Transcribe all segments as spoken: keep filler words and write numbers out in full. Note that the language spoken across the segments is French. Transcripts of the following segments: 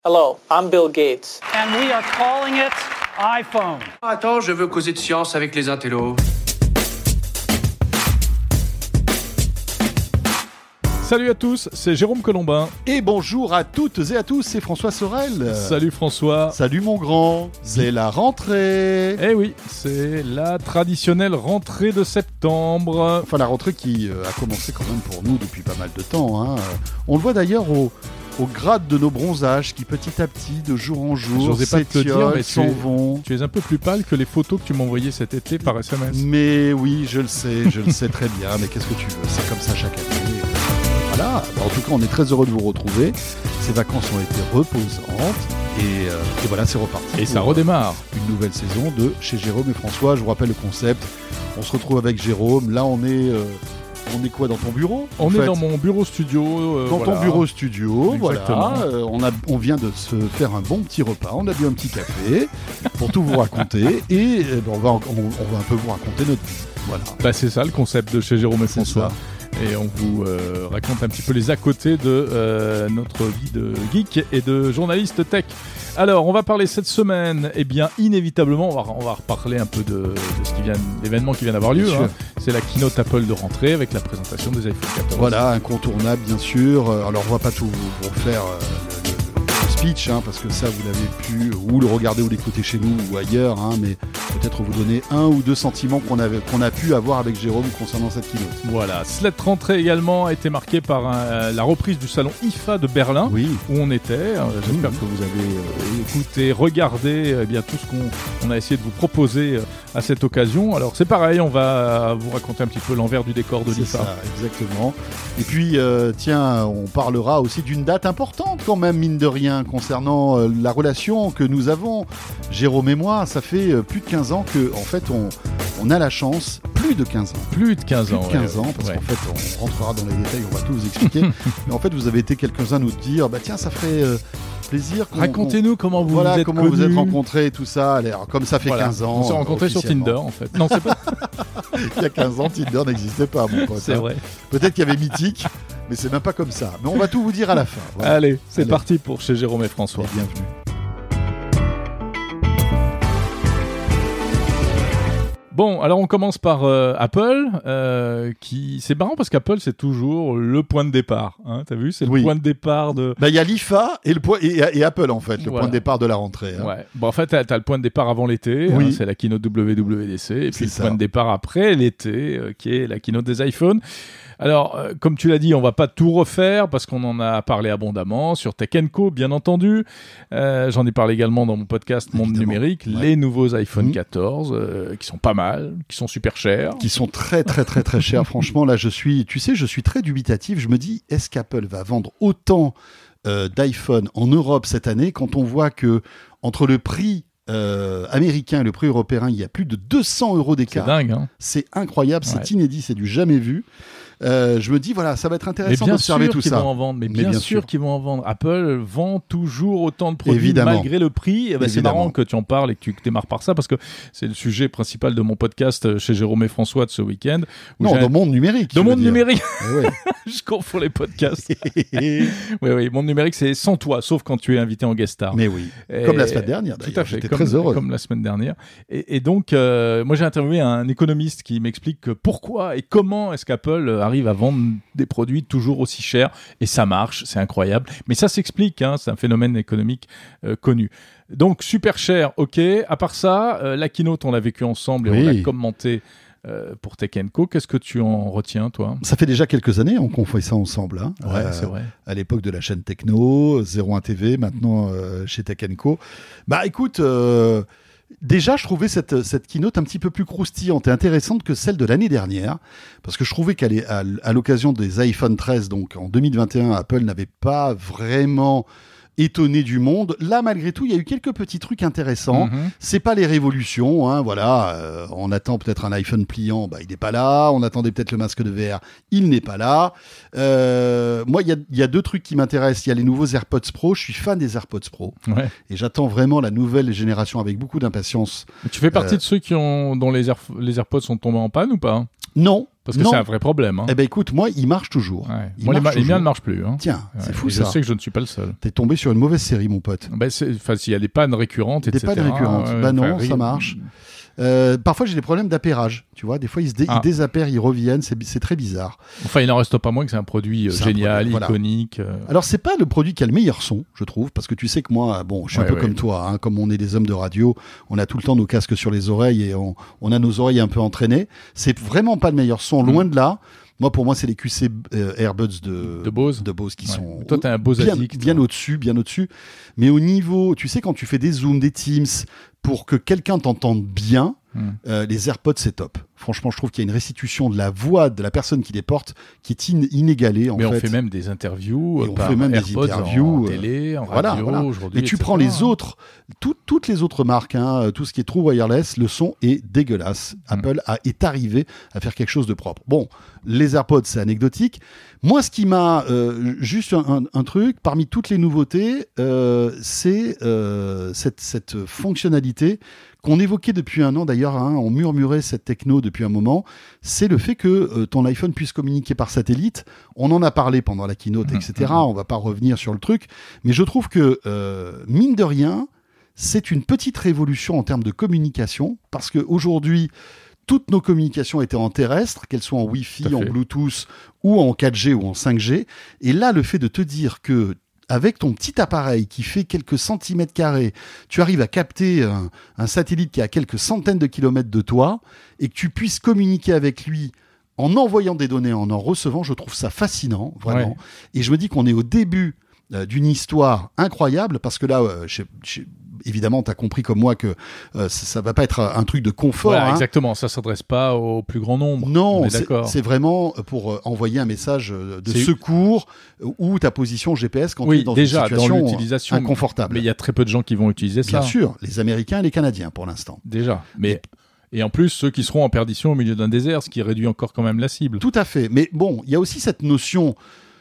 Hello, I'm Bill Gates. And we are calling it iPhone. Attends, je veux causer de science avec les intellos. Salut à tous, c'est Jérôme Colombin. Et bonjour à toutes et à tous, c'est François Sorel. Salut François. Salut mon grand, c'est la rentrée. Eh oui, c'est la traditionnelle rentrée de septembre. Enfin la rentrée qui euh, a commencé quand même pour nous depuis pas mal de temps. Hein. On le voit d'ailleurs au, au grade de nos bronzages qui petit à petit, de jour en jour, s'étiolent, s'en vont. Tu es un peu plus pâle que les photos que tu m'as envoyées cet été par S M S. Mais oui, je le sais, je le sais très bien, mais qu'est-ce que tu veux, c'est comme ça chaque année. Voilà, en tout cas on est très heureux de vous retrouver. Ces vacances ont été reposantes et, euh, et voilà, c'est reparti. Et ça redémarre. Une nouvelle saison de chez Jérôme et François. Je vous rappelle le concept. On se retrouve avec Jérôme. Là on est, euh, on est quoi dans ton bureau? On est fait dans mon bureau studio. Euh, dans voilà. ton bureau studio, Exactement. voilà. Euh, on, a, on vient de se faire un bon petit repas. On a bu un petit café pour tout vous raconter et euh, on, va, on, on va un peu vous raconter notre vie. Voilà. Bah, c'est ça le concept de chez Jérôme et C'est François. ça. Et on vous euh, raconte un petit peu les à côté de euh, notre vie de geek et de journaliste tech. Alors, on va parler cette semaine, eh bien, inévitablement, on va, on va reparler un peu de, de ce qui vient, l'événement qui vient d'avoir lieu. Hein. C'est la keynote Apple de rentrée avec la présentation des iPhone quatorze. Voilà, incontournable, bien sûr. Alors, on va pas tout vous refaire euh, le, le, le speech, hein, parce que ça, vous l'avez pu ou le regarder ou l'écouter chez nous ou ailleurs, hein, mais peut-être vous donner un ou deux sentiments qu'on, avait, qu'on a pu avoir avec Jérôme concernant cette keynote. Voilà, cette rentrée également a été marquée par un, la reprise du salon I F A de Berlin, oui. où on était. J'espère mmh. que vous avez euh, écouté, regardé eh bien, tout ce qu'on on a essayé de vous proposer euh, à cette occasion. Alors c'est pareil, on va vous raconter un petit peu l'envers du décor de l'I F A. C'est ça, exactement. Et puis, euh, tiens, on parlera aussi d'une date importante quand même, mine de rien, concernant euh, la relation que nous avons, Jérôme et moi. Ça fait euh, plus de quinze ans que, en fait, on, on a la chance, plus de quinze ans. Plus de quinze ans, Plus de quinze ouais, ans, parce ouais. qu'en fait, on rentrera dans les détails, on va tout vous expliquer. Mais en fait, vous avez été quelques-uns à nous dire, bah tiens, ça ferait euh, plaisir. Qu'on, Racontez-nous comment vous voilà, vous êtes comment connus. vous êtes rencontrés et tout ça. Alors, comme ça fait voilà. quinze ans. On s'est rencontrés sur Tinder, en fait. Non, c'est pas. Il y a quinze ans, Tinder n'existait pas, mon pote. C'est hein. vrai. Peut-être qu'il y avait Mythique, mais c'est même pas comme ça. Mais on va tout vous dire à la fin. Voilà. Allez, c'est Allez. parti pour chez Jérôme et François. Et bienvenue. Bon, alors on commence par euh, Apple, euh, qui c'est marrant parce qu'Apple c'est toujours le point de départ. Hein, t'as vu, c'est le oui. point de départ de. Bah il y a l'I F A et le point et, et Apple en fait, le voilà. point de départ de la rentrée. Hein. Ouais. Bon, en fait, t'as, t'as le point de départ avant l'été, oui. hein, c'est la keynote W W D C, et puis c'est le ça. point de départ après l'été, euh, qui est la keynote des iPhones. Alors, euh, comme tu l'as dit, on va pas tout refaire parce qu'on en a parlé abondamment sur Tech and Co, bien entendu. Euh, j'en ai parlé également dans mon podcast Monde Évidemment. Numérique. Ouais. Les nouveaux iPhone mmh. quatorze, euh, qui sont pas mal, qui sont super chers. Qui sont très très très très chers. Franchement, là, je suis, tu sais, je suis très dubitatif. Je me dis, est-ce qu'Apple va vendre autant euh, d'iPhone en Europe cette année quand on voit que entre le prix Euh, américain et le prix européen, il y a plus de deux cents euros d'écart. C'est dingue, hein. C'est incroyable, Ouais. c'est inédit, c'est du jamais vu. Euh, je me dis, voilà, ça va être intéressant d'observer tout qu'ils ça. Vont en vendre, mais, mais bien, bien sûr, sûr qu'ils vont en vendre. Apple vend toujours autant de produits Évidemment. malgré le prix. Et ben, c'est Évidemment. marrant que tu en parles et que tu démarres par ça parce que c'est le sujet principal de mon podcast chez Jérôme et François de ce week-end. Non, dans Monde Numérique. Dans Monde Numérique. Eh ouais. Je confonds les podcasts. oui, oui, Monde Numérique, c'est sans toi, sauf quand tu es invité en guest star. Mais oui. Et comme la semaine dernière, d'ailleurs. Tout à fait. J'étais comme, très heureux. Comme la semaine dernière. Et, et donc, euh, moi, j'ai interviewé un économiste qui m'explique que pourquoi et comment est-ce qu'Apple arrive à vendre des produits toujours aussi chers. Et ça marche, c'est incroyable. Mais ça s'explique, hein, c'est un phénomène économique euh, connu. Donc, super cher, ok. À part ça, euh, la keynote, on l'a vécu ensemble et oui. on l'a commenté euh, pour Tech and Co. Qu'est-ce que tu en retiens, toi ? Ça fait déjà quelques années hein, qu'on fait ça ensemble. Hein. Ouais, euh, c'est vrai. À l'époque de la chaîne Techno, zéro un T V, maintenant euh, chez Tech and Co. Bah écoute... Euh, Déjà, je trouvais cette, cette keynote un petit peu plus croustillante et intéressante que celle de l'année dernière, parce que je trouvais qu'à à, à l'occasion des iPhone treize, donc en deux mille vingt et un, Apple n'avait pas vraiment étonné du monde. Là, malgré tout, il y a eu quelques petits trucs intéressants. Mm-hmm. C'est pas les révolutions, hein, voilà. Euh, on attend peut-être un iPhone pliant, bah, il n'est pas là. On attendait peut-être le masque de V R, il n'est pas là. Euh, moi, il y a, y a deux trucs qui m'intéressent. Il y a les nouveaux AirPods Pro. Je suis fan des AirPods Pro. Ouais. Et j'attends vraiment la nouvelle génération avec beaucoup d'impatience. Tu fais partie Euh, de ceux qui ont, dont les, Air, les AirPods sont tombés en panne ou pas ? Non. Parce que Non. c'est un vrai problème. Hein. Eh ben écoute, moi, il marche toujours. Ouais. Il Moi, les, marche ma- les miens toujours. ne marchent plus. Hein. Tiens, c'est Ouais. fou Et ça. Je sais que je ne suis pas le seul. T'es tombé sur une mauvaise série, mon pote. Ben, c'est- enfin, s'il y a des pannes récurrentes, Des et cetera. pannes récurrentes. ouais, Bah non, enfin, ça ri- marche. Euh, parfois, j'ai des problèmes d'appairage. Tu vois, des fois, ils, se dé- Ah. ils désappairent, ils reviennent. C'est, c'est très bizarre. Enfin, il n'en reste pas moins que c'est un produit euh, C'est un génial, produit, voilà. iconique. euh. Alors, c'est pas le produit qui a le meilleur son, je trouve, parce que tu sais que moi, bon, je suis Ouais, un peu ouais. comme toi, hein, comme on est des hommes de radio, on a tout le temps nos casques sur les oreilles et on, on a nos oreilles un peu entraînées. C'est vraiment pas le meilleur son, loin de là. Moi, pour moi, c'est les Q C euh, Airbuds de, De Bose. de Bose qui Ouais. sont Toi, t'es un Bose bien, addict. bien au-dessus, bien au-dessus. Mais au niveau, tu sais, quand tu fais des zooms, des Teams, pour que quelqu'un t'entende bien, Hmm. euh, les AirPods, c'est top. Franchement, je trouve qu'il y a une restitution de la voix de la personne qui les porte qui est in- inégalée, en Mais fait. on fait même des interviews. Et euh, on par fait même des AirPods interviews, en euh, télé, en voilà, radio voilà. aujourd'hui. Mais tu et cetera, prends les hein. autres, tout- toutes les autres marques, hein, tout ce qui est true wireless, le son est dégueulasse. Mm. Apple a, est arrivé à faire quelque chose de propre. Bon, les AirPods, c'est anecdotique. Moi, ce qui m'a euh, juste un, un- un truc, parmi toutes les nouveautés, euh, c'est euh, cette, cette fonctionnalité qu'on évoquait depuis un an d'ailleurs, hein, on murmurait cette techno depuis un moment, c'est le fait que euh, ton iPhone puisse communiquer par satellite. On en a parlé pendant la keynote, Mmh, et cetera. On va pas revenir sur le truc, mais je trouve que, euh, mine de rien, c'est une petite révolution en termes de communication, parce qu'aujourd'hui, toutes nos communications étaient en terrestre, qu'elles soient en Wi-Fi, Tout à en fait. Bluetooth, ou en quatre G ou en cinq G. Et là, le fait de te dire que avec ton petit appareil qui fait quelques centimètres carrés, tu arrives à capter un, un satellite qui est à quelques centaines de kilomètres de toi et que tu puisses communiquer avec lui en envoyant des données, en en recevant, je trouve ça fascinant, vraiment. Ouais. Et je me dis qu'on est au début euh, d'une histoire incroyable parce que là, euh, je- je- évidemment, tu as compris comme moi que euh, ça, ça va pas être un truc de confort. Voilà, hein. exactement. Ça s'adresse pas au plus grand nombre. On Non, est c'est d'accord. c'est vraiment pour euh, envoyer un message euh, de C'est- secours euh, ou ta position G P S quand tu Oui, es dans déjà, une situation dans l'utilisation. inconfortable. Mais il y a très peu de gens qui vont utiliser ça. Bien sûr, les Américains et les Canadiens pour l'instant. Déjà. Mais et en plus ceux qui seront en perdition au milieu d'un désert, ce qui réduit encore quand même la cible. Tout à fait. Mais bon, il y a aussi cette notion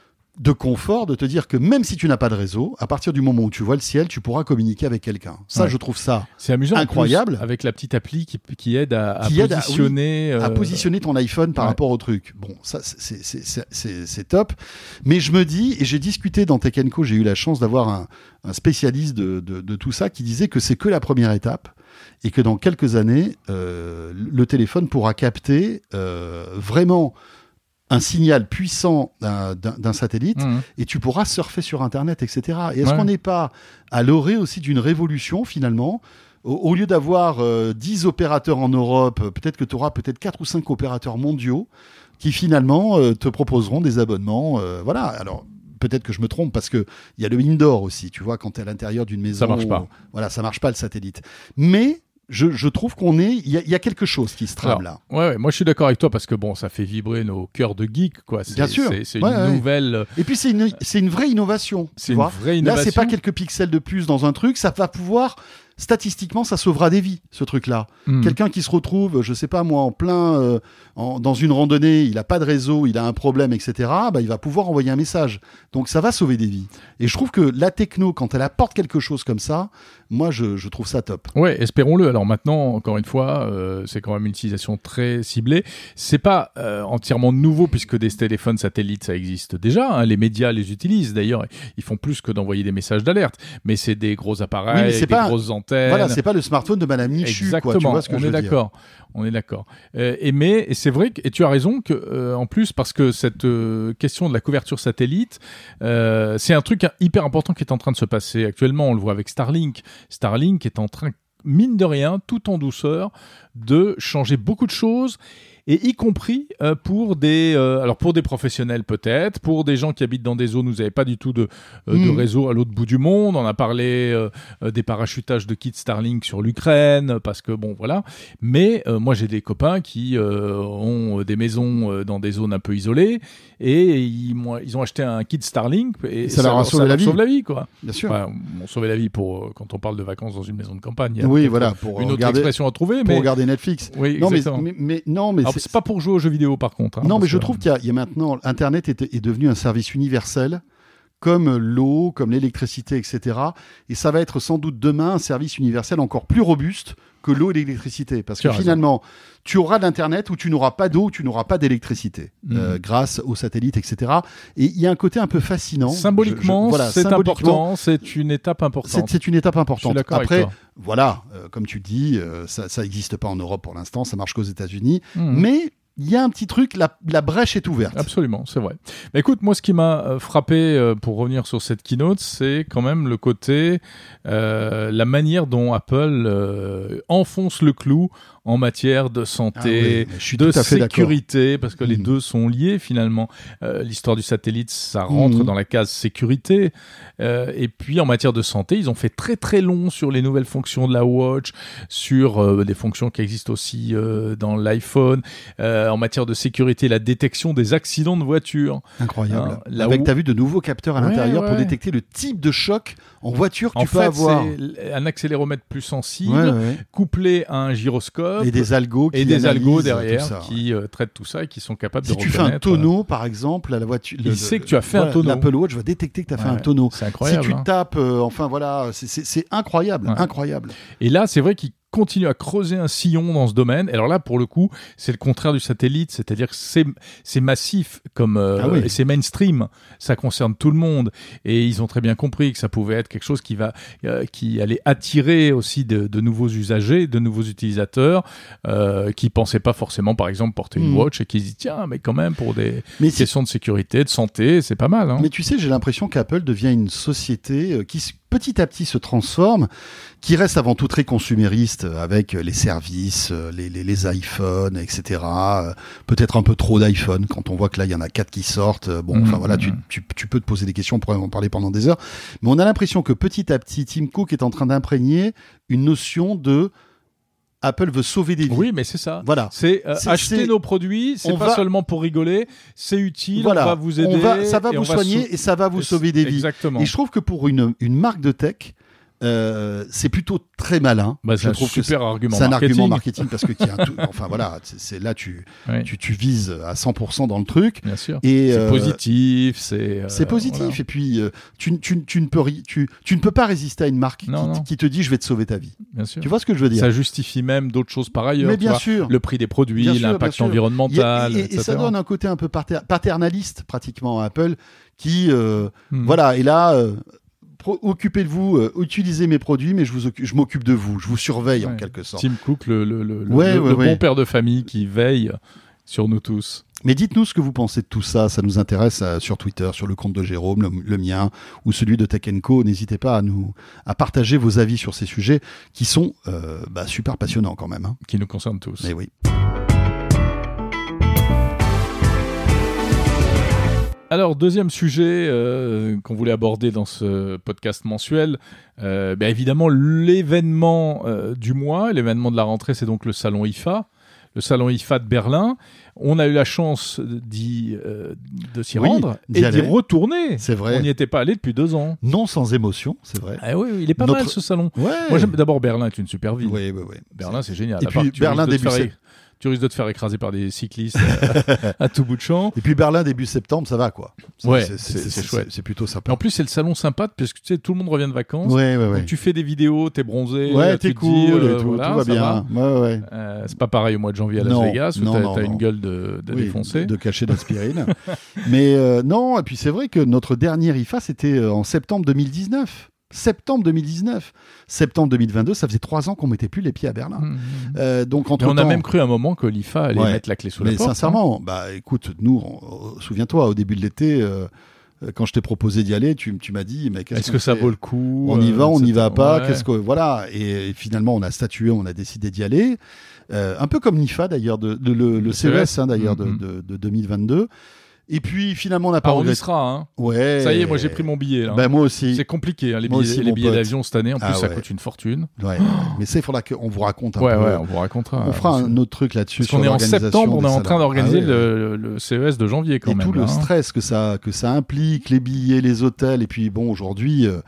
de confort, de te dire que même si tu n'as pas de réseau, à partir du moment où tu vois le ciel, tu pourras communiquer avec quelqu'un. Ça, Ouais. je trouve ça C'est amusant. en plus, Incroyable. avec la petite appli qui, qui aide à, à Qui aide à- oui, positionner. à euh, positionner ton iPhone par ouais. rapport au truc. Bon, ça, c'est- c'est- c'est c'est- c'est top. Mais je me dis, et j'ai discuté dans Tech and Co, j'ai eu la chance d'avoir un, un spécialiste de, de, de tout ça qui disait que c'est que la première étape et que dans quelques années, euh, le téléphone pourra capter euh, vraiment un signal puissant d'un d'un- d'un satellite Mhm. et tu pourras surfer sur Internet, et cetera. Et est-ce Ouais. qu'on n'est pas à l'orée aussi d'une révolution finalement au, au lieu d'avoir euh, dix opérateurs en Europe, euh, peut-être que tu auras peut-être quatre ou cinq opérateurs mondiaux qui finalement euh, te proposeront des abonnements. euh, voilà, alors peut-être que je me trompe parce qu'il y a le indoor aussi, tu vois, quand tu es à l'intérieur d'une maison. Ça marche pas. Voilà, ça marche pas le satellite. Mais je, je trouve qu'on est... Il y, a- il y a quelque chose qui se trame Alors, là. Ouais, ouais, moi je suis d'accord avec toi parce que bon, ça fait vibrer nos cœurs de geeks, quoi. C'est- Bien sûr. C'est c'est Ouais, une ouais. nouvelle. Et puis c'est une, c'est une vraie innovation. tu C'est une vois. vraie Là, innovation. c'est pas quelques pixels de plus dans un truc, ça va pouvoir, statistiquement, ça sauvera des vies, ce truc-là. Hmm. Quelqu'un qui se retrouve, je sais pas moi, en plein, euh, en- dans une randonnée, il a pas de réseau, il a un problème, et cetera, bah, il va pouvoir envoyer un message. Donc ça va sauver des vies. Et je trouve que la techno, quand elle apporte quelque chose comme ça, moi, je, je trouve ça top. Ouais, espérons-le. Alors maintenant, encore une fois, euh, c'est quand même une utilisation très ciblée. C'est pas euh, entièrement nouveau puisque des téléphones satellites, ça existe déjà. Hein. Les médias les utilisent. D'ailleurs, ils font plus que d'envoyer des messages d'alerte. Mais c'est des gros Oui, mais appareils, c'est des pas- grosses antennes. Voilà, c'est pas le smartphone de Madame Michu, Exactement, quoi. Tu vois ce que on je est veux dire. d'accord. On est d'accord. Euh, et mais et c'est vrai que et tu as raison que euh, en plus parce que cette euh, question de la couverture satellite, euh, c'est un truc hyper important qui est en train de se passer actuellement. On le voit avec Starlink. Starlink est en train, mine de rien, tout en douceur, de changer beaucoup de choses. Et y compris euh, pour des, euh, alors pour des professionnels peut-être, pour des gens qui habitent dans des zones où vous n'avez pas du tout de, euh, de Mm. réseau à l'autre bout du monde. On a parlé euh, euh, des parachutages de kits Starlink sur l'Ukraine, parce que bon voilà. Mais euh, moi j'ai des copains qui euh, ont des maisons euh, dans des zones un peu isolées et ils, moi, ils ont acheté un kit Starlink et, Et ça leur a sauvé ça la leur vie. sauve la vie quoi. Bien sûr. Enfin, on sauvé la vie pour euh, quand on parle de vacances dans une maison de campagne. Il y a Oui, peut-être voilà, pour une autre regarder, expression à trouver, pour mais regarder Netflix. oui, Non, mais, exactement. mais, mais- non, mais Alors, c'est- c'est pas pour jouer aux jeux vidéo par contre. hein, non, mais parce je que- trouve qu'il y, a- il y a maintenant, Internet est, est devenu un service universel comme l'eau, comme l'électricité, et cetera. Et ça va être sans doute demain un service universel encore plus robuste que l'eau et l'électricité. Parce que Tu as finalement, tu auras de l'Internet où tu n'auras pas d'eau, où tu n'auras pas d'électricité, Mmh. euh, grâce aux satellites, et cetera. Et il y a un côté un peu fascinant. Symboliquement, Je- je- voilà, c'est symboliquement, important, c'est une étape c'est, importante. c'est une étape Je suis importante. d'accord avec Après, toi. voilà, euh, comme tu dis, euh, ça n'existe pas en Europe pour l'instant, ça marche qu'aux États-Unis. Mmh. Mais il y a un petit truc, la, la brèche est ouverte. Absolument, c'est vrai. Mais écoute, moi, ce qui m'a euh, frappé, euh, pour revenir sur cette keynote, c'est quand même le côté, euh, la manière dont Apple euh, enfonce le clou en matière de Ah santé, oui, je suis de tout à fait d'accord. sécurité, parce que les Mhm. deux sont liés finalement. Euh, l'histoire du satellite, ça rentre Mhm. dans la case sécurité. Euh, et puis en matière de santé, ils ont fait très très long sur les nouvelles fonctions de la Watch, sur euh, des fonctions qui existent aussi euh, dans l'iPhone. Euh, en matière de sécurité, la détection des accidents de voiture. Incroyable. Hein, là Avec, où- t'as vu de nouveaux capteurs à Ouais, l'intérieur pour ouais. détecter le type de choc en voiture que En tu peux fait, avoir. c'est un accéléromètre plus sensible, Ouais, ouais. couplé à un gyroscope. Et des algos qui et des analysent algos tout derrière ça, ouais. qui euh, traitent tout ça et qui sont capables Si de tu fais un reconnaître. tonneau, par exemple, à la voiture, Il sait que tu as fait un tonneau. L'Apple Watch va détecter que tu as fait Ouais, un tonneau. C'est incroyable. Si tu hein. tapes, euh, enfin voilà, c'est- c'est c'est incroyable, Ouais. incroyable. Et là, c'est vrai qu'ils continuent à creuser un sillon dans ce domaine. Et alors là, pour le coup, c'est le contraire du satellite, c'est-à-dire que c'est, c'est massif comme euh, Ah oui. et c'est mainstream, ça concerne tout le monde. Et ils ont très bien compris que ça pouvait être quelque chose qui va, euh, qui allait attirer aussi de, de nouveaux usagers, de nouveaux utilisateurs, euh, qui pensaient pas forcément, par exemple, porter une Mhm. watch et qui se disent tiens, mais quand même pour des Mais, si- questions de sécurité, de santé, c'est pas mal. Hein. mais tu sais, j'ai l'impression qu'Apple devient une société euh, qui s- petit à petit se transforme, qui reste avant tout très consumériste euh, avec euh, les services, euh, les, les, les iPhones, et cetera. Euh, Peut-être un peu trop d'iPhone quand on voit que là il y en a quatre qui sortent. Euh, Bon, Mhm, enfin voilà, tu, mhm. tu, tu peux te poser des questions, on pourrait en parler pendant des heures. Mais on a l'impression que petit à petit, Tim Cook est en train d'imprégner une notion de Apple veut sauver des vies. Oui, mais c'est ça. Voilà. C'est euh, C'est- acheter c'est- nos produits, c'est on pas va- seulement pour rigoler, c'est utile, Voilà. on va vous aider. On va, ça va et vous on va soigner sau- et ça va vous sauver des vies. Exactement. Et je trouve que pour une, une marque de tech, euh, c'est plutôt très malin. Bah, je c'est un trouve que super argument c'est un marketing. argument marketing parce que qu'il y a un tout- enfin voilà, c'est c'est là tu, Oui, tu tu vises à cent pour cent dans le truc bien sûr. et C'est euh, positif, c'est. euh, c'est positif voilà. et puis euh, tu, tu, tu ne peux ri- tu, tu ne peux pas résister à une marque Non, qui, non. qui te dit je vais te sauver ta vie. Bien sûr. Tu vois ce que je veux dire? Ça justifie même d'autres choses par ailleurs. Mais tu bien vois, sûr. le prix des produits, Bien sûr, bien l'impact sûr. Il y a- environnemental, et, et et cetera. ça donne un côté un peu pater- paternaliste pratiquement à Apple qui euh, Hmm. voilà et là euh, pro- occupez de vous, euh, utilisez mes produits, mais je, vous occu- je m'occupe de vous, je vous surveille en Ouais. quelque sorte. Tim Cook, le, le, le, le- Ouais, le- ouais, le ouais. bon père de famille qui veille sur nous tous. Mais dites-nous ce que vous pensez de tout ça, ça nous intéresse euh, sur Twitter, sur le compte de Jérôme, le, le mien ou celui de Tech and Co. N'hésitez pas à nous à partager vos avis sur ces sujets qui sont euh, bah, super passionnants quand même. Hein. Qui nous concerne tous. Mais oui. Alors, deuxième sujet euh, qu'on voulait aborder dans ce podcast mensuel, euh, ben évidemment l'événement euh, du mois, l'événement de la rentrée, c'est donc le salon I F A, le salon I F A de Berlin. On a eu la chance d'y, euh, de s'y Oui, rendre d'y et aller. d'y retourner. C'est vrai. On n'y était pas allé depuis deux ans. Non sans émotion, c'est vrai. Ah oui, oui, il est pas Notre- mal ce salon. Ouais. Moi, j'aime d'abord Berlin est une super ville. Oui, oui, oui. Berlin, c'est génial. Et À part puis, que tu Berlin, risques de te début faire sept- é- tu risques de te faire écraser par des cyclistes euh, à tout bout de champ. Et puis Berlin début septembre, ça va quoi. C'est- Ouais, c'est- c'est- c'est c'est chouette. C'est plutôt Et sympa. en plus, c'est le salon sympa parce que tu sais, tout le monde revient de vacances. Ouais, ouais, ouais. Donc tu fais des vidéos, t'es bronzé, Ouais, tu t'es te cool, dis, et euh, tout, voilà, tout va ça bien. Ouais, ouais. Euh, c'est pas pareil au mois de janvier à Las Non, Vegas où non, t'as, non, t'as non. une gueule de, de Oui, défoncé. de cacher d'aspirine. Mais euh, non, et puis c'est vrai que notre dernier I F A, c'était euh, en septembre deux mille dix-neuf. Septembre deux mille dix-neuf. Septembre deux mille vingt-deux, ça faisait trois ans qu'on mettait plus les pieds à Berlin. Mmh. Euh, donc Mais entre on a même cru à un moment que l'I F A allait Ouais. mettre la clé sous la Mais porte. hein. sincèrement, bah écoute, nous, on- on- souviens-toi, au début de l'été, euh, euh, quand je t'ai proposé d'y aller, tu, tu m'as dit, mais qu'est-ce Est-ce qu'on que ça fait vaut le coup On y va, euh, on n'y et cetera. va pas. Ouais. Qu'est-ce que voilà et, et finalement on a statué, on a décidé d'y aller. Euh, un peu comme l'I F A d'ailleurs, de, de- le, le C E S hein, d'ailleurs de, Mhm. de, de deux mille vingt-deux. Et puis finalement on n'a pas Ah, on y regretté. sera. Hein. Ouais. Ça y est, moi j'ai pris mon billet. Là. Ben moi aussi. C'est compliqué, hein, les Moi billets, aussi, les mon billets pote. d'avion cette année. En plus, Ah ça ouais. coûte une fortune. Ouais. Mais ça il faudra qu'on vous raconte un Ouais, peu. ouais, on vous racontera. On fera euh, un autre truc là-dessus. Parce sur qu'on est en l'organisation septembre, on des est en train salons. d'organiser Ah ouais, ouais. le, le C E S de janvier quand Et même. tout le là, hein. stress que ça, que ça implique, les billets, les hôtels. Et puis bon, aujourd'hui, euh,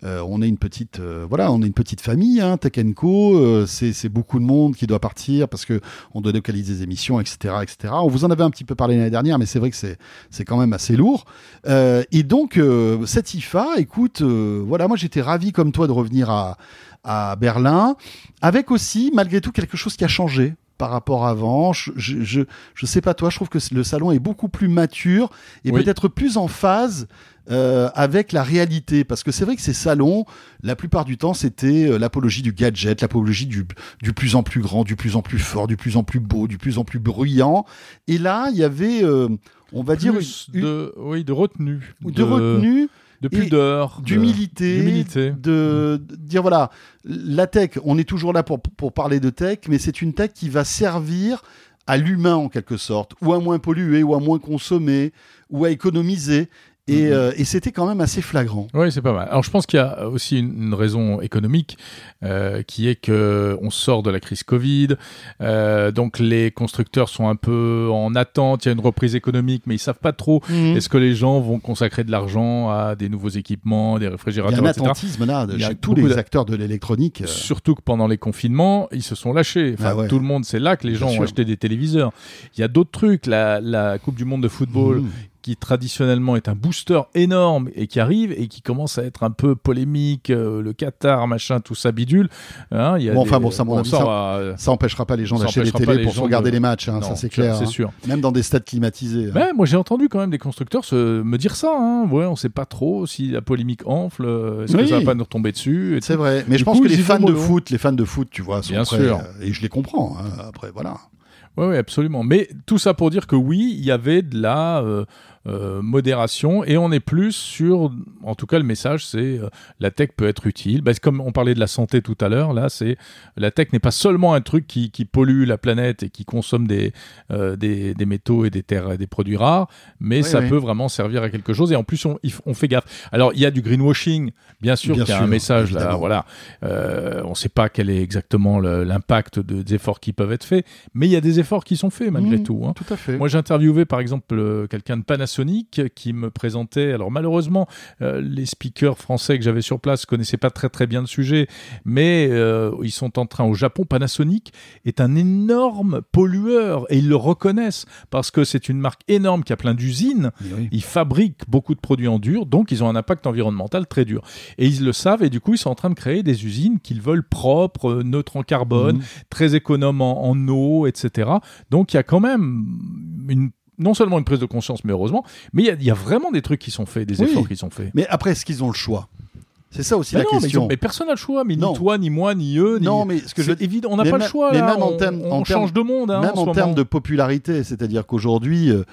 euh, on est une petite, euh, voilà, on est une petite famille, hein, Tech and Co. Euh, c'est, c'est beaucoup de monde qui doit partir parce que on doit localiser des émissions, et cetera, et cetera. On vous en avait un petit peu parlé l'année dernière, mais c'est vrai que c'est, c'est quand même assez lourd. Euh, et donc euh, cette I F A, écoute, euh, voilà, moi j'étais ravi comme toi de revenir à à Berlin, avec aussi malgré tout quelque chose qui a changé par rapport à avant. Je, je, je, je sais pas toi, je trouve que le salon est beaucoup plus mature et oui. peut-être plus en phase euh, avec la réalité. Parce que c'est vrai que ces salons, la plupart du temps, c'était euh, l'apologie du gadget, l'apologie du, du plus en plus grand, du plus en plus fort, du plus en plus beau, du plus en plus bruyant. Et là, il y avait, euh, on va Plus dire, une, de, oui, de retenue. De, de retenue. De pudeur, d'humilité, de, d'humilité. De, de dire voilà, la tech, on est toujours là pour, pour parler de tech, mais c'est une tech qui va servir à l'humain en quelque sorte, ou à moins polluer, ou à moins consommer, ou à économiser. Et, mmh. euh, et c'était quand même assez flagrant. Oui, c'est pas mal. Alors, je pense qu'il y a aussi une, une raison économique euh, qui est que on sort de la crise Covid, euh, donc les constructeurs sont un peu en attente. Il y a une reprise économique, mais ils savent pas trop. Mmh. Est-ce que les gens vont consacrer de l'argent à des nouveaux équipements, des réfrigérateurs, et cetera. Il y a un attentisme là, de chez tous les de... acteurs de l'électronique. Euh... Surtout que pendant les confinements, ils se sont lâchés. Enfin, ah ouais. Tout le monde, c'est là que les gens Bien ont sûr. acheté des téléviseurs. Il y a d'autres trucs. La, la Coupe du Monde de football. Mmh. qui traditionnellement est un booster énorme et qui arrive et qui commence à être un peu polémique, euh, le Qatar, machin, tout ça bidule. Hein, y a bon, des... enfin bon, ça, bon, bon, ça, ça, va... ça empêchera pas les gens d'acheter des télés pour regarder de... les matchs, hein, non, ça c'est clair. C'est hein. sûr. Même dans des stades climatisés. Mais hein. Moi j'ai entendu quand même des constructeurs se... me dire ça. Hein. Ouais, on sait pas trop si la polémique enfle, est-ce oui. que ça va pas nous retomber dessus. C'est vrai. Mais du je pense coup, que les fans de foot, les fans de foot, tu vois, sont Bien prêts, sûr. Euh, et je les comprends. Hein. Après, voilà. Oui, ouais, absolument. Mais tout ça pour dire que oui, il y avait de la euh, euh, modération et on est plus sur, en tout cas le message c'est euh, la tech peut être utile. Ben, c'est comme on parlait de la santé tout à l'heure, là c'est la tech n'est pas seulement un truc qui, qui pollue la planète et qui consomme des, euh, des, des métaux et des terres et des produits rares, mais oui, ça oui. peut vraiment servir à quelque chose et en plus on, on fait gaffe. Alors il y a du greenwashing, bien sûr bien qu'il y a sûr, un message évidemment. Là, voilà. Euh, on ne sait pas quel est exactement le, l'impact de, des efforts qui peuvent être faits, mais il y a des efforts qui sont faits malgré mmh, tout. Hein. Tout à fait. Moi, j'ai interviewé par exemple euh, quelqu'un de Panasonic qui me présentait. Alors malheureusement, euh, les speakers français que j'avais sur place connaissaient pas très très bien le sujet, mais euh, ils sont en train au Japon. Panasonic est un énorme pollueur et ils le reconnaissent parce que c'est une marque énorme qui a plein d'usines. Oui. Ils fabriquent beaucoup de produits en dur, donc ils ont un impact environnemental très dur. Et ils le savent et du coup ils sont en train de créer des usines qu'ils veulent propres, neutres en carbone, mmh. très économes en, en eau, et cetera. Donc il y a quand même une non seulement une prise de conscience, mais heureusement, mais il y, y a vraiment des trucs qui sont faits, des oui. efforts qui sont faits. Mais après, est-ce qu'ils ont le choix ? C'est ça aussi mais la non, question. Mais, ont, mais personne n'a le choix, mais non. ni toi, ni moi, ni eux. Ni... Non, mais ce que c'est je... évident, on n'a pas ma... le choix. Mais là. même en on, termes, on, en on termes, change de monde. Hein, même en, en termes de popularité, c'est-à-dire qu'aujourd'hui, euh,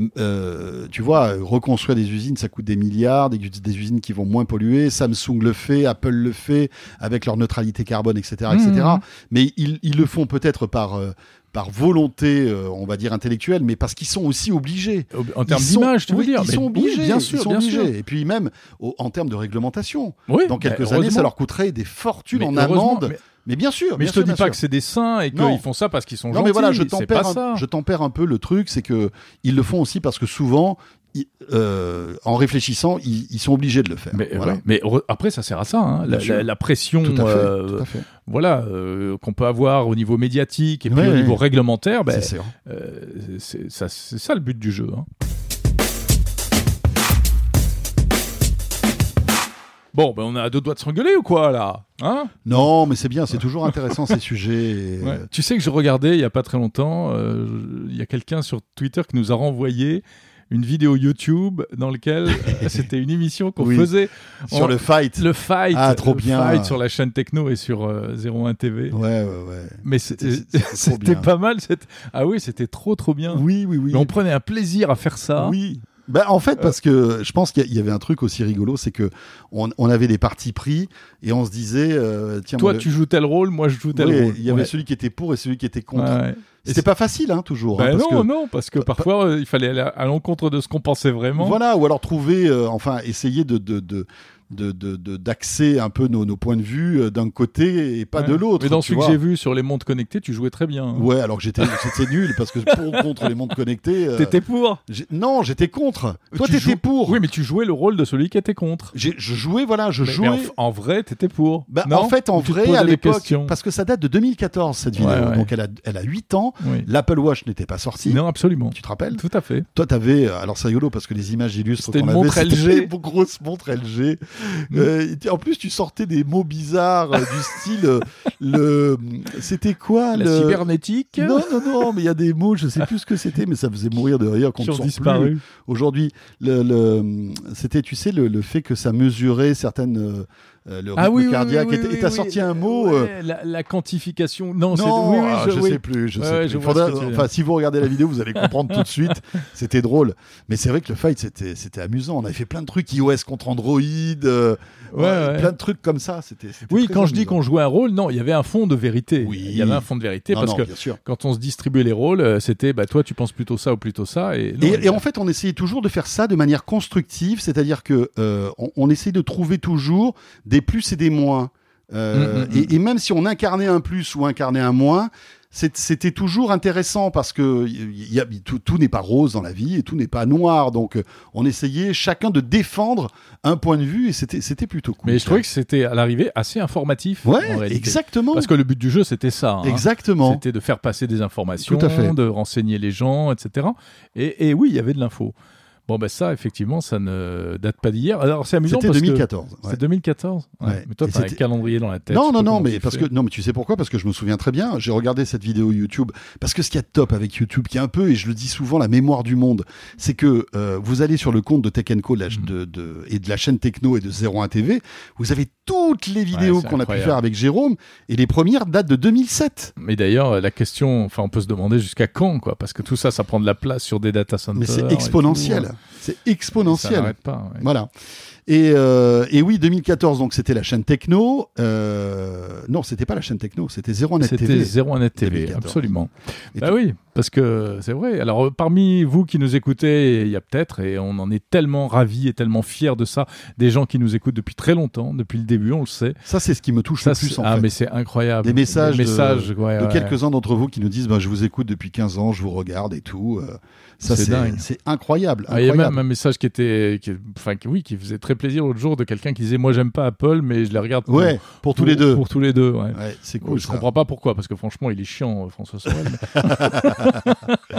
euh, tu vois, reconstruire des usines, ça coûte des milliards, des, des usines qui vont moins polluer. Samsung le fait, Apple le fait, avec leur neutralité carbone, et cetera, mmh. et cetera. Mais ils, ils le font peut-être par euh, par volonté, euh, on va dire intellectuelle, mais parce qu'ils sont aussi obligés. En termes d'image, tu veux oui, dire Ils sont obligés, oui, bien sûr, ils sont bien obligés. sûr. Et puis même au, en termes de réglementation. Oui, dans quelques années, ça leur coûterait des fortunes mais en amende. Mais... Mais bien sûr. Mais bien je sûr, te dis pas sûr. que c'est des saints et qu'ils font ça parce qu'ils sont non, gentils. Non, mais voilà, je tempère, pas un, ça. je tempère un peu le truc, c'est que ils le font aussi parce que souvent, ils, euh, en réfléchissant, ils, ils sont obligés de le faire. Mais, voilà. ouais. mais re, après, ça sert à ça, hein, la, la, la pression, tout à fait, euh, tout à fait. Voilà, euh, qu'on peut avoir au niveau médiatique et puis ouais, au ouais. niveau réglementaire. Ben, c'est, euh, c'est, ça, c'est ça le but du jeu. Hein. Bon, ben on a deux doigts de s'engueuler ou quoi, là hein Non, mais c'est bien, c'est toujours intéressant ces sujets. Ouais. Tu sais que je regardais, il n'y a pas très longtemps, il euh, y a quelqu'un sur Twitter qui nous a renvoyé une vidéo YouTube dans laquelle euh, c'était une émission qu'on oui. faisait. Sur on, le fight. Le fight. Ah, trop le bien. fight sur la chaîne Techno et sur euh, zéro un T V. Ouais, ouais, ouais. Mais c'était, c'était, c'était pas mal. C'était... Ah oui, c'était trop, trop bien. Oui, oui, oui. Mais on prenait un plaisir à faire ça. Oui. Ben, en fait, parce que je pense qu'il y avait un truc aussi rigolo, c'est que on, on avait des partis pris et on se disait, euh, tiens, toi moi, tu joues tel rôle, moi je joue tel oui, rôle. Il y avait ouais. celui qui était pour et celui qui était contre. Ouais, ouais. Et c'était pas facile, hein, toujours. Ben hein, parce non, que... non, parce que parfois euh, il fallait aller à l'encontre de ce qu'on pensait vraiment. Voilà, ou alors trouver, euh, enfin, essayer de, de, de, de, de, de- d'axer un peu nos, nos points de vue euh, d'un côté et pas Ouais. de l'autre. Mais dans tu celui que vois. j'ai vu sur les montres connectées, tu jouais très bien. hein. Ouais, alors que j'étais, c'était nul parce que pour ou contre les montres connectées. euh, T'étais pour j'ai- Non, j'étais contre. Toi, Tu t'étais joues- pour. Oui, mais tu jouais le rôle de celui qui était contre. J'ai- je jouais, voilà, je Mais- jouais. mais en, en vrai, t'étais pour. Bah, non en fait, en Ou tu te vrai, posais à des l'époque, questions parce que ça date de deux mille quatorze cette vidéo, Ouais, ouais. donc elle a, elle a huit ans. Oui. L'Apple Watch n'était pas sorti. Non, absolument. Tu te rappelles? Tout à fait. Toi, t'avais, euh, alors c'est rigolo parce que les images illustrent C'était qu'on une avait, montre c'était L G. une grosse montre L G. Euh, et en plus, tu sortais des mots bizarres euh, du style, euh, le, c'était quoi La le... cybernétique Non, non, non, mais il y a des mots, je sais plus ce que c'était, mais ça faisait mourir de rire qu'on qui ne ont sort plus. disparu. Aujourd'hui, le, le- c'était, tu sais, le, le fait que ça mesurait certaines, euh, euh, le rythme Ah oui, oui, cardiaque. oui, et t- oui, et t'as oui, sorti oui. un mot. Ouais, euh, la, la quantification. Non, c'est... non, oui, oui, ah, je, je oui. sais plus, je sais Ouais, plus. je Il vois faudra- ce que tu veux enfin, si vous regardez la vidéo, vous allez comprendre tout de suite. C'était drôle, mais c'est vrai que le fight c'était c'était amusant. On avait fait plein de trucs iOS contre Android, euh, Ouais, ouais. plein de trucs comme ça. C'était. c'était Oui, très quand je dis amusant. qu'on jouait un rôle, non, il y avait un fond de vérité. Oui. Il y avait un fond de vérité Non, parce non, que bien sûr. quand on se distribuait les rôles, euh, c'était bah toi tu penses plutôt ça ou plutôt ça et, non, Et, il y et a- en fait, on essayait toujours de faire ça de manière constructive, c'est-à-dire que euh, on, on essayait de trouver toujours des plus et des moins. Euh, Mm, mm, et, et même si on incarnait un plus ou incarnait un moins, c'est- c'était toujours intéressant parce que il y a, tout, tout n'est pas rose dans la vie et tout n'est pas noir. Donc, euh, on essayait chacun de défendre un point de vue et c'était c'était plutôt cool. mais je trouvais que c'était à l'arrivée assez informatif en ouais, réalité. exactement, Parce que le but du jeu c'était ça. hein. exactement. C'était de faire passer des informations, Tout à fait. de renseigner les gens, et cetera. Et, et oui, il y avait de l'info. Bon, ben ça, effectivement, ça ne date pas d'hier. Alors, c'est amusant C'était parce deux mille que... quatorze. ouais. C'est deux mille quatorze ouais. Ouais. Mais toi, Et t'as un c'était- calendrier dans la tête. Non, je sais non, pas non, comment mais tu parce fais. que non, mais tu sais pourquoi? Parce que je me souviens très bien. J'ai regardé cette vidéo YouTube parce que ce qu'il y a de top avec YouTube, qui est un peu, et je le dis souvent, la mémoire du monde, c'est que euh, vous allez sur le compte de Tech and Co de la, Mm. de, de- et de la chaîne Techno et de zéro un T V, vous avez toutes les vidéos c'est qu'on a pu incroyable. faire avec Jérôme, et les premières datent de deux mille sept. Mais d'ailleurs, la question, enfin, on peut se demander jusqu'à quand, quoi, parce que tout ça, ça prend de la place sur des data centers. Mais c'est et exponentiel, tout. c'est Ça exponentiel. n'arrête pas. ouais. Voilà. Et, euh, et oui, deux mille quatorze, donc c'était la chaîne Techno. Euh, non, c'était pas la chaîne Techno, c'était zéro un net T C'était V. zéro un net T V, deux mille quatorze. absolument. Et Bah tout- oui, parce que c'est vrai. Alors, euh, parmi vous qui nous écoutez, il y a peut-être, et on en est tellement ravis et tellement fiers de ça, des gens qui nous écoutent depuis très longtemps, depuis le début, on le sait. Ça, c'est ce qui me touche Ça, le plus c'est- en ah, fait. mais c'est incroyable. Des messages Des de- messages ouais, de ouais. quelques-uns d'entre vous qui nous disent bah, je vous écoute depuis quinze ans, je vous regarde et tout. Euh, ça, C'est c'est dingue. c'est incroyable. Ah, il y a incroyable. même un message qui était, qui, enfin, qui, oui, qui faisait très plaisir l'autre jour de quelqu'un qui disait moi j'aime pas Apple, mais je les regarde pour, Ouais, pour tous les deux. Pour tous les deux, ouais. Ouais, c'est cool. je ça. comprends pas pourquoi, parce que franchement, il est chiant, euh, François Sorel. mais-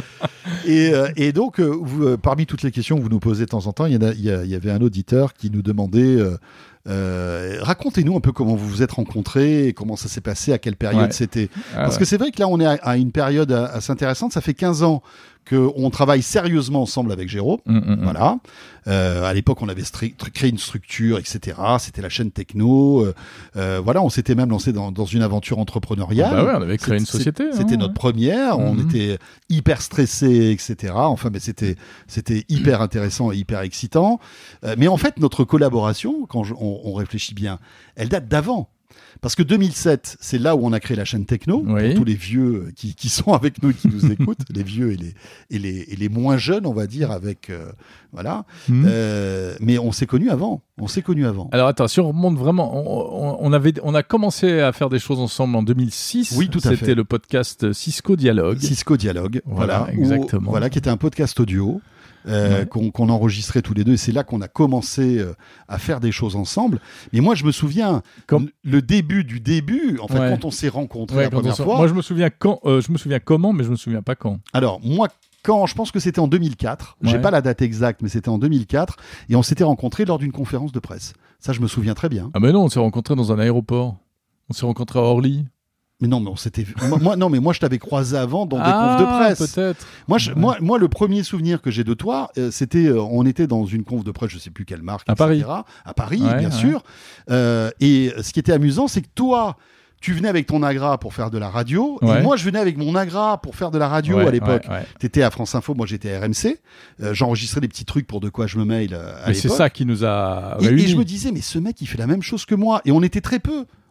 Et, euh, et donc, euh, vous, euh, parmi toutes les questions que vous nous posez de temps en temps, il y, en a- il y, a- il y avait un auditeur qui nous demandait euh, euh, racontez-nous un peu comment vous vous êtes rencontrés, et comment ça s'est passé, à quelle période Ouais. c'était. Ah Parce ouais. que c'est vrai que là, on est à, à une période euh, assez intéressante. Ça fait quinze ans qu'on travaille sérieusement ensemble avec Jérôme. Hum, hum, hum. Voilà. Euh, à l'époque, on avait stri- tr- créé une structure, et cetera. C'était la chaîne Techno. Euh, euh, voilà, on s'était même lancé dans, dans une aventure entrepreneuriale. Bah ouais, on avait créé C'est- une société. c'est- C'était hein, notre première. On Mhm. était hyper stressés, et cetera. Enfin, mais c'était c'était hyper intéressant et hyper excitant. Euh, mais en fait, notre collaboration, quand je- on, on réfléchit bien, elle date d'avant. Parce que deux mille sept, c'est là où on a créé la chaîne Techno, Oui. pour tous les vieux qui, qui sont avec nous et qui nous écoutent, les vieux et les, et, les, et les moins jeunes, on va dire, avec... euh, voilà. Hum. Euh, mais on s'est connus avant. On s'est connus avant. Alors attends, si on remonte vraiment, on, on- on avait, on a commencé à faire des choses ensemble en deux mille six. Oui, tout à fait. C'était le podcast Cisco Dialogue. Cisco Dialogue, Voilà, voilà, où- exactement. voilà, qui était un podcast audio euh, Ouais. qu'on qu'on enregistrait tous les deux. Et c'est là qu'on a commencé euh, à faire des choses ensemble. Mais moi, je me souviens, Comme- le- le début du début, en fait, Ouais. quand on s'est rencontrés Ouais, la quand on première s'en- fois. Moi, je me souviens quand, euh, je me souviens comment, mais je me souviens pas quand. Alors, moi, quand, je pense que c'était en deux mille quatre, j'ai Ouais. pas la date exacte, mais c'était en deux mille quatre, et on s'était rencontrés lors d'une conférence de presse. Ça, je me souviens très bien. Ah mais non, on s'est rencontrés dans un aéroport. On s'est rencontrés à Orly. Mais non, mais on s'était, moi, moi- non, mais moi, je t'avais croisé avant dans des ah, confs de presse. peut-être. Moi, je- Ouais. moi, moi, le premier souvenir que j'ai de toi, euh, c'était, euh, on était dans une conf de presse, je sais plus quelle marque, À et Paris. cetera. À Paris, Ouais, bien ouais. sûr. Euh, et ce qui était amusant, c'est que toi, tu venais avec ton Agra pour faire de la radio, Ouais. et moi, je venais avec mon Agra pour faire de la radio Ouais, à l'époque. ouais, ouais. T'étais à France Info, moi j'étais à R M C. Euh, J'enregistrais des petits trucs pour De Quoi Je Me Mail euh, à Mais c'est l'époque. ça qui nous a Et, réunis. et je me disais, mais ce mec, il fait la même chose que moi. Et on était très peu.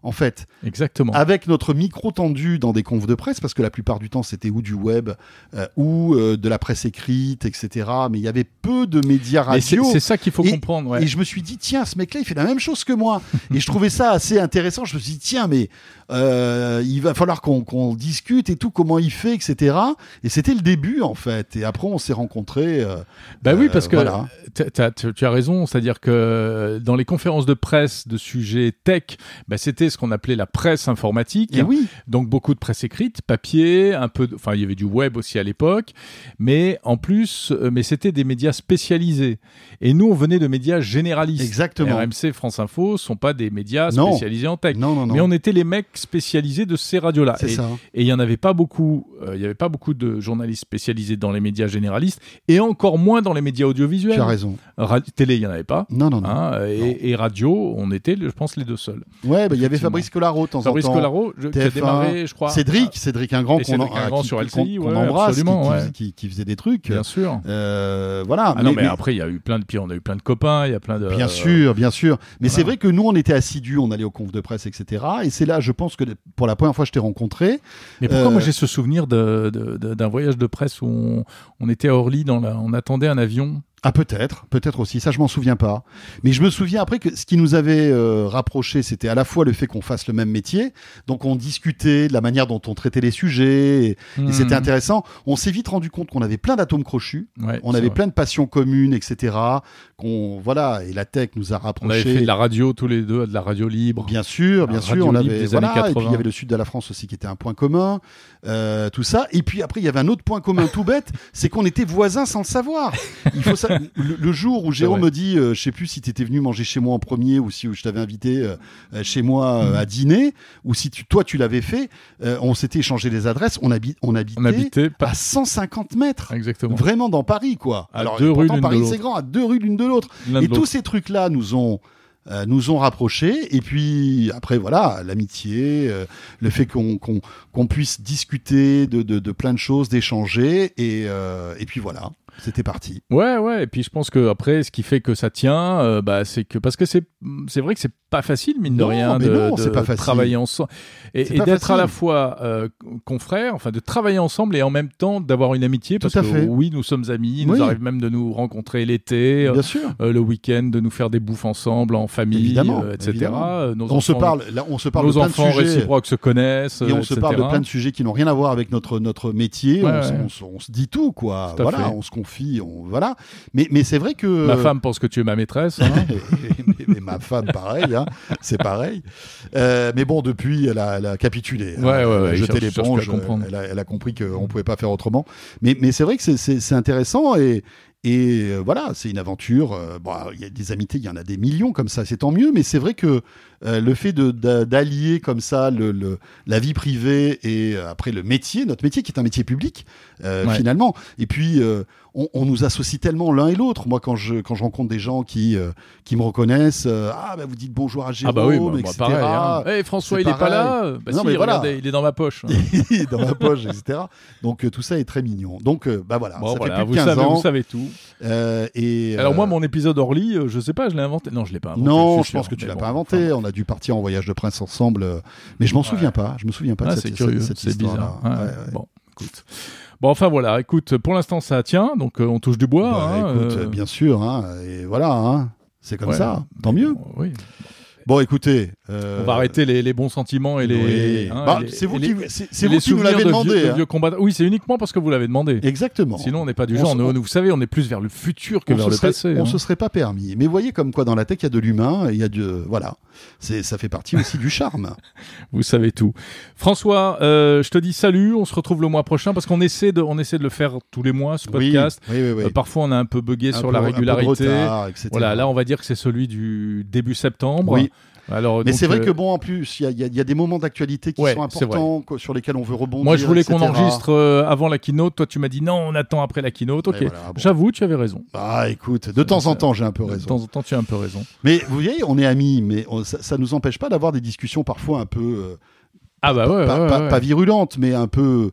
en fait. Exactement. Avec notre micro tendu dans des confs de presse, parce que la plupart du temps, c'était ou du web, euh, ou euh, de la presse écrite, et cetera. Mais il y avait peu de médias radio. C'est, c'est ça qu'il faut et, comprendre. Ouais. Et je me suis dit, tiens, ce mec-là, il fait la même chose que moi. Et je trouvais ça assez intéressant. Je me suis dit, tiens, mais euh, il va falloir qu'on, qu'on discute et tout, comment il fait, et cetera. Et c'était le début, en fait. Et après, on s'est rencontrés. Euh, bah oui, parce que voilà. t'as, t'as, tu as raison. C'est-à-dire que dans les conférences de presse de sujets tech, bah, c'était ce qu'on appelait la presse informatique. Et oui. Donc beaucoup de presse écrite, papier, un peu, enfin il y avait du web aussi à l'époque, mais en plus, euh, mais c'était des médias spécialisés. Et nous, on venait de médias généralistes. Exactement. R M C, France Info, sont pas des médias non. spécialisés en tech. Non, non, non. Mais on était les mecs spécialisés de ces radios-là. C'est et, ça. Et il y en avait pas beaucoup. Euh, il y avait pas beaucoup de journalistes spécialisés dans les médias généralistes, et encore moins dans les médias audiovisuels. Tu as raison. Ra- télé, il y en avait pas. Non, non, non. Hein, et, non. et radio, on était, je pense, les deux seuls. Ouais, bah, il y avait Fabrice Colaro de temps Fabrice en temps. Colaro, je, qui a démarré, je crois. Cédric, Cédric Ingrand, Et qu'on, Cédric en, Ingrand qui, sur L C I, qu'on, ouais, qu'on embrasse, qui, absolument, qui, ouais. faisait, qui, qui faisait des trucs. Bien sûr. Euh, voilà. Ah mais, non, mais, mais après, il y a eu plein de, puis on a eu plein de copains, il y a plein de. Bien sûr, bien sûr. Mais voilà. c'est vrai que nous, on était assidus, on allait aux confs de presse, et cetera. Et c'est là, je pense que pour la première fois, je t'ai rencontré. Mais pourquoi euh... moi j'ai ce souvenir de, de, de, d'un voyage de presse où on, on était à Orly, dans la, on attendait un avion. Ah peut-être, peut-être aussi, ça je m'en souviens pas. Mais je me souviens après que ce qui nous avait euh, rapprochés, c'était à la fois le fait qu'on fasse le même métier, donc on discutait de la manière dont on traitait les sujets, et, mmh. et c'était intéressant. On s'est vite rendu compte qu'on avait plein d'atomes crochus, ouais, on avait vrai. plein de passions communes, et cetera. Qu'on, voilà, et la tech nous a rapprochés. On avait fait de la radio tous les deux, de la radio libre. Bien sûr, bien sûr, on avait, voilà, et puis il y avait le sud de la France aussi qui était un point commun, euh, tout ça. Et puis après, il y avait un autre point commun tout bête, c'est qu'on était voisins sans le savoir. Il faut ça. Le, le jour où Jérôme me dit, euh, je sais plus si tu étais venu manger chez moi en premier ou si je t'avais invité euh, chez moi euh, à dîner, ou si tu, toi tu l'avais fait, euh, on s'était échangé les adresses, on, habi- on habitait, on habitait à cent cinquante mètres. Exactement. Vraiment dans Paris, quoi. À Alors, deux rues l'une Paris, de c'est l'autre. grand, à deux rues l'une de l'autre. L'un Et de tous l'autre. ces trucs-là nous ont Euh, nous ont rapprochés, et puis après voilà, l'amitié, euh, le fait qu'on, qu'on, qu'on puisse discuter de, de, de plein de choses, d'échanger, et, euh, et puis voilà, c'était parti. Ouais, ouais, et puis je pense que après, ce qui fait que ça tient, euh, bah, c'est que parce que c'est c'est vrai que c'est pas facile mine de non, rien mais de, non, de c'est pas facile. travailler ensemble et, et d'être facile. à la fois euh, confrères, enfin de travailler ensemble et en même temps d'avoir une amitié, parce Tout à que fait. oui, nous sommes amis, il oui. nous arrive même de nous rencontrer l'été, Bien sûr. euh, le week-end, de nous faire des bouffes ensemble en famille, Évidemment, euh, et cetera. évidemment. Nos on enfants, se parle, là, on se parle nos de plein enfants de sujets. réciproques se connaissent, Et on et se cetera. parle de plein de sujets qui n'ont rien à voir avec notre notre métier. Ouais, on, ouais. on, on, on se dit tout, quoi. Tout à voilà, fait. on se confie, on voilà. Mais mais c'est vrai que Ma femme pense que tu es ma maîtresse. Hein. mais, mais ma femme, pareil, hein, c'est pareil. Euh, mais bon, depuis, elle a, elle a capitulé. Ouais, hein, ouais, ouais, elle a il jeté cherche- l'éponge. cherche plus à comprendre. Elle a, elle a compris qu'on ne pouvait pas faire autrement. Mais, mais c'est vrai que c'est, c'est, c'est intéressant et. Et euh, voilà, c'est une aventure. Euh, bon, il y a des amitiés, il y en a des millions comme ça, c'est tant mieux. Mais c'est vrai que euh, le fait de, de, d'allier comme ça le, le, la vie privée et euh, après le métier, notre métier qui est un métier public, euh, Ouais. finalement. Et puis, euh, on, on nous associe tellement l'un et l'autre. Moi, quand je, quand je rencontre des gens qui, euh, qui me reconnaissent, euh, ah, bah, vous dites bonjour à Ah Jérôme, bah oui, bah, et bah, cetera. pareil. Hein. Eh, François, C'est il est pas pareil. là. Bah Non, si, mais voilà. regardez, il est dans ma poche. dans ma poche, et cetera. Donc euh, tout ça est très mignon. Donc euh, bah voilà, Bon, ça voilà, fait plus vous de quinze savez, ans. vous savez tout. Euh, et, Alors euh, moi, mon épisode Orly, euh, je sais pas, je l'ai inventé. Non, je l'ai pas inventé. non, suis je pense sûr, que tu mais l'as bon, pas inventé. enfin, On a dû partir en voyage de prince ensemble, euh, mais je m'en souviens pas. Je me souviens pas ah, de c'est cette, curieux, cette, cette c'est histoire-là. bizarre. Ouais, Ouais, ouais. Bon, écoute. Bon, enfin voilà, écoute, pour l'instant ça tient, donc euh, on touche du bois. Bah, hein, écoute, euh, bien sûr, hein, et voilà, hein, c'est comme ouais. ça. Tant mieux. Bon, oui. Bon, écoutez, euh, On va arrêter les, les bons sentiments et les. oui. hein, Bah, et les- c'est vous et qui, les- c'est, et c'est les vous qui nous souvenirs l'avez de demandé. vieux, de hein. vieux combattants. Oui, c'est uniquement parce que vous l'avez demandé. Exactement. Sinon, on n'est pas du On genre. se- Nous, nous, vous savez, on est plus vers le futur que on vers se le serait, passé. on hein. se serait pas permis. Mais voyez comme quoi dans la tech il y a de l'humain et il y a de voilà. C'est ça fait partie aussi du charme. Vous savez tout. François, euh, je te dis salut. On se retrouve le mois prochain parce qu'on essaie de, on essaie de le faire tous les mois ce podcast. Oui, oui, oui. Euh, parfois, on a un peu bugué Un sur peu- la un peu de régularité. retard, et cetera. Voilà, là, on va dire que c'est celui du début septembre. Oui. Alors, Mais donc, c'est vrai euh, que bon, en plus, il y a, il y a- il y a des moments d'actualité qui Ouais, sont c'est importants, quoi, sur lesquels on veut rebondir. moi, je voulais qu'on et cetera. enregistre euh, avant la keynote. Toi, tu m'as dit non, on attend après la keynote. Ok, Mais voilà, bon. j'avoue, tu avais raison. Ah, écoute, de temps ça- en temps, j'ai un peu De raison. temps en temps, tu as un peu raison. Mais vous voyez, on est amis, mais on- ça, ça nous empêche pas d'avoir des discussions parfois un peu, euh, Ah bah ouais, pas, ouais, pas- ouais. pas virulentes, mais un peu.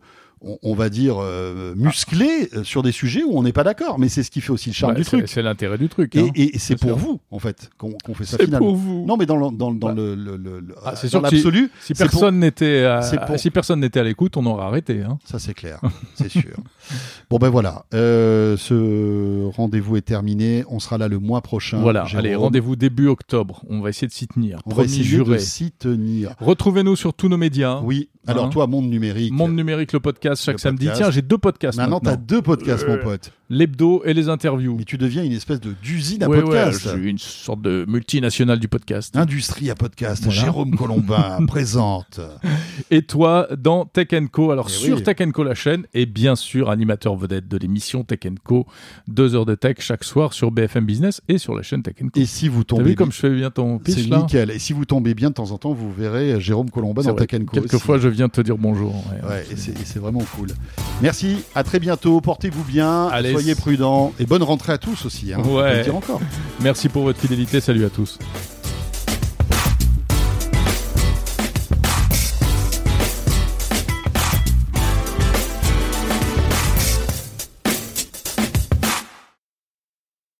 on, on va dire, euh, musclé ah. sur des sujets où on n'est pas d'accord. Mais c'est ce qui fait aussi le charme ouais, du c'est, truc. C'est l'intérêt du truc. Et, hein. et, et c'est, c'est pour sûr. vous, en fait, qu'on, qu'on fait ça c'est finalement. C'est pour vous. Non, mais dans, le, dans, dans bah. le, le, le, le ah, c'est dans sûr l'absolu. Si, si personne pour... n'était, à, pour... si personne n'était à l'écoute, on aurait arrêté. Hein. Ça, c'est clair. C'est sûr. Bon, ben voilà. Euh, ce rendez-vous est terminé. On sera là le mois prochain. Voilà. Jérôme. Allez, rendez-vous début octobre. On va essayer de s'y tenir. On Promis va essayer juré. de s'y tenir. Retrouvez-nous sur tous nos médias. Oui. Alors, hein toi, Monde Numérique. Monde Numérique, le podcast, chaque le samedi. podcast. Tiens, j'ai deux podcasts maintenant. Maintenant, t'as deux podcasts, euh, mon pote. L'hebdo et les interviews. Mais tu deviens une espèce de, d'usine à ouais, podcast. Ouais, je suis une sorte de multinationale du podcast. Industrie à podcast. Voilà. Jérôme Colombin présente. Et toi, dans Tech and Co. Alors, et sur oui. Tech and Co, la chaîne, et bien sûr, animateur vedette de l'émission Tech and Co. Deux heures de tech chaque soir sur B F M Business et sur la chaîne Tech and Co. Et si vous tombez T'as vu comme je fais bien ton pitch, c'est là nickel. Et si vous tombez bien de temps en temps, vous verrez Jérôme Colombin c'est dans vrai. Tech and Co. Quelquefois, aussi. je viens te dire bonjour. Ouais, ouais, et, c'est, et c'est vraiment cool. Merci, à très bientôt. Portez-vous bien, Allez, soyez prudents et bonne rentrée à tous aussi. Hein, ouais. on peut le dire encore. Merci pour votre fidélité. Salut à tous.